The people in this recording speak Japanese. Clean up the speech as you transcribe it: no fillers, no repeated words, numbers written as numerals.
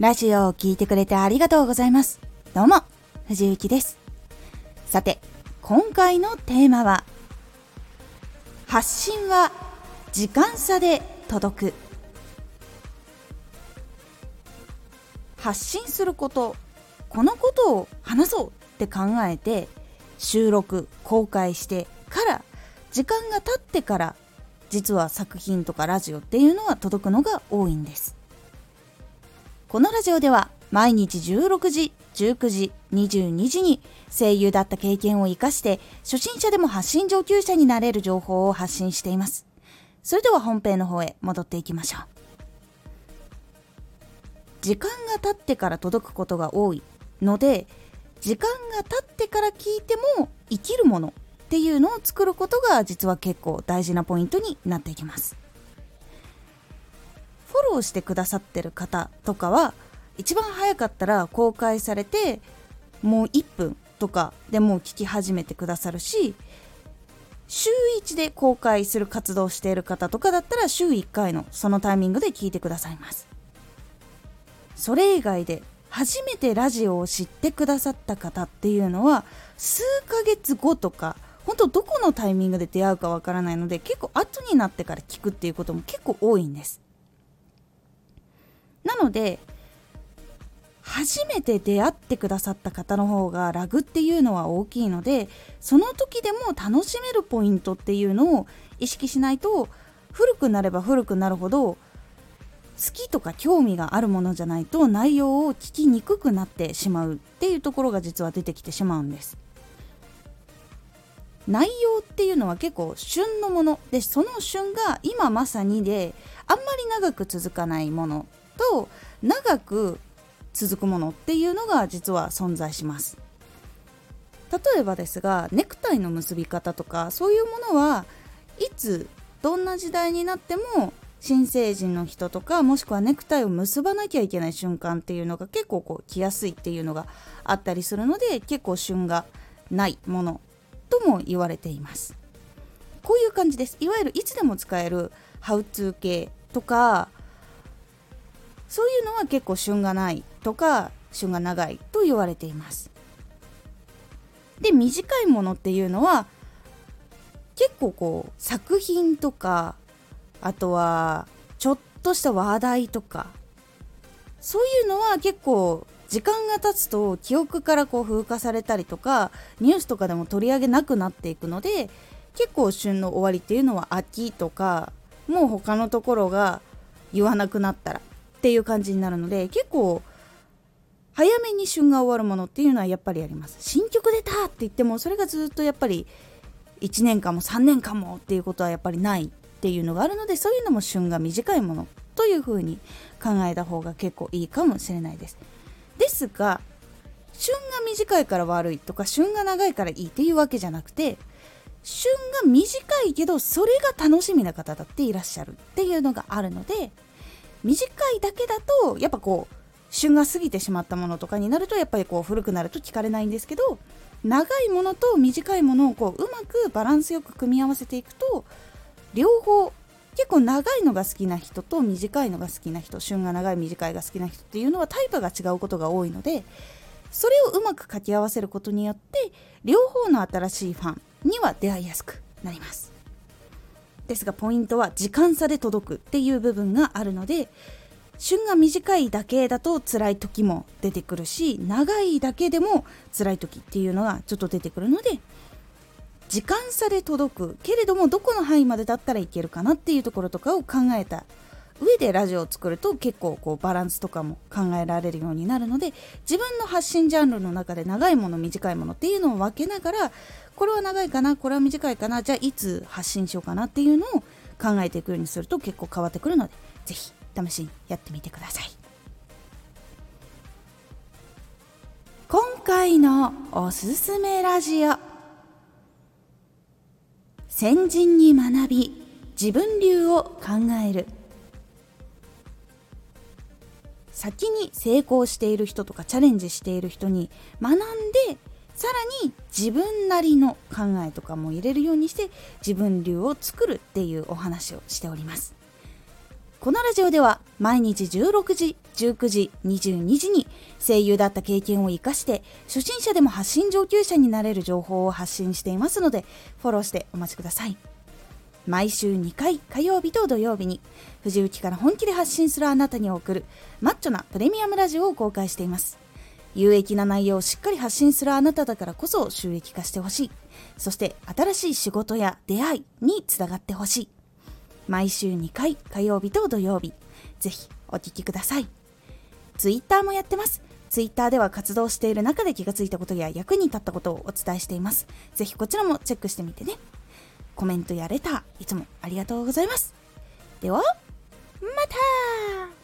ラジオを聞いてくれてありがとうございます。どうも、藤幸です。さて、今回のテーマは、発信は時間差で届く。発信すること、このことを話そうって考えて、収録、公開してから時間が経ってから実は作品とかラジオっていうのは届くのが多いんです。このラジオでは毎日16時、19時、22時に声優だった経験を生かして初心者でも発信上級者になれる情報を発信しています。それでは本編の方へ戻っていきましょう。時間が経ってから届くことが多いので、時間が経ってから聞いても生きるものっていうのを作ることが実は結構大事なポイントになっていきます。フォローしてくださってる方とかは一番早かったら公開されてもう1分とかでもう聞き始めてくださるし、週1で公開する活動をしている方とかだったら週1回のそのタイミングで聞いてくださいます。それ以外で初めてラジオを知ってくださった方っていうのは数ヶ月後とか本当どこのタイミングで出会うかわからないので、結構後になってから聞くっていうことも結構多いんです。なので初めて出会ってくださった方の方がラグっていうのは大きいので、その時でも楽しめるポイントっていうのを意識しないと、古くなれば古くなるほど好きとか興味があるものじゃないと内容を聞きにくくなってしまうっていうところが実は出てきてしまうんです。内容っていうのは結構旬のもので、その旬が今まさにであんまり長く続かないものと長く続くものっていうのが実は存在します。例えばですが、ネクタイの結び方とかそういうものはいつどんな時代になっても新成人の人とか、もしくはネクタイを結ばなきゃいけない瞬間っていうのが結構来やすいっていうのがあったりするので、結構旬がないものとも言われています。こういう感じです。いわゆるいつでも使えるハウツー系とか、そういうのは結構旬がないとか旬が長いと言われています。で、短いものっていうのは結構作品とか、あとはちょっとした話題とか、そういうのは結構時間が経つと記憶から風化されたりとか、ニュースとかでも取り上げなくなっていくので、結構旬の終わりっていうのは秋とか、もう他のところが言わなくなったらっていう感じになるので、結構早めに旬が終わるものっていうのはやっぱりあります。新曲出たって言ってもそれがずっとやっぱり1年間も3年間もっていうことはやっぱりないっていうのがあるので、そういうのも旬が短いものというふうに考えた方が結構いいかもしれないです。ですが、旬が短いから悪いとか旬が長いからいいっていうわけじゃなくて、旬が短いけどそれが楽しみな方だっていらっしゃるっていうのがあるので、短いだけだとやっぱ旬が過ぎてしまったものとかになるとやっぱり古くなると聞かれないんですけど、長いものと短いものをうまくバランスよく組み合わせていくと、両方結構長いのが好きな人と短いのが好きな人、旬が長い短いが好きな人っていうのはタイプが違うことが多いので、それをうまく掛け合わせることによって両方の新しいファンには出会いやすくなります。ですがポイントは時間差で届くっていう部分があるので、旬が短いだけだと辛い時も出てくるし、長いだけでも辛い時っていうのがちょっと出てくるので、時間差で届くけれどもどこの範囲までだったらいけるかなっていうところとかを考えた上でラジオを作ると結構バランスとかも考えられるようになるので、自分の発信ジャンルの中で長いもの短いものっていうのを分けながら、これは長いかな、これは短いかな、じゃあいつ発信しようかなっていうのを考えていくようにすると結構変わってくるので、ぜひ試しにやってみてください。今回のおすすめラジオ、先人に学び自分流を考える。先に成功している人とかチャレンジしている人に学んで、さらに自分なりの考えとかも入れるようにして自分流を作るっていうお話をしております。このラジオでは毎日16時、 19時、22時に声優だった経験を生かして初心者でも発信上級者になれる情報を発信していますので、フォローしてお待ちください。毎週2回、火曜日と土曜日に藤雪から本気で発信するあなたに送るマッチョなプレミアムラジオを公開しています。有益な内容をしっかり発信するあなただからこそ収益化してほしい。そして新しい仕事や出会いにつながってほしい。毎週2回、火曜日と土曜日、ぜひお聞きください。ツイッターもやってます。ツイッターでは活動している中で気がついたことや役に立ったことをお伝えしています。ぜひこちらもチェックしてみてね。コメントやレターいつもありがとうございます。ではまた。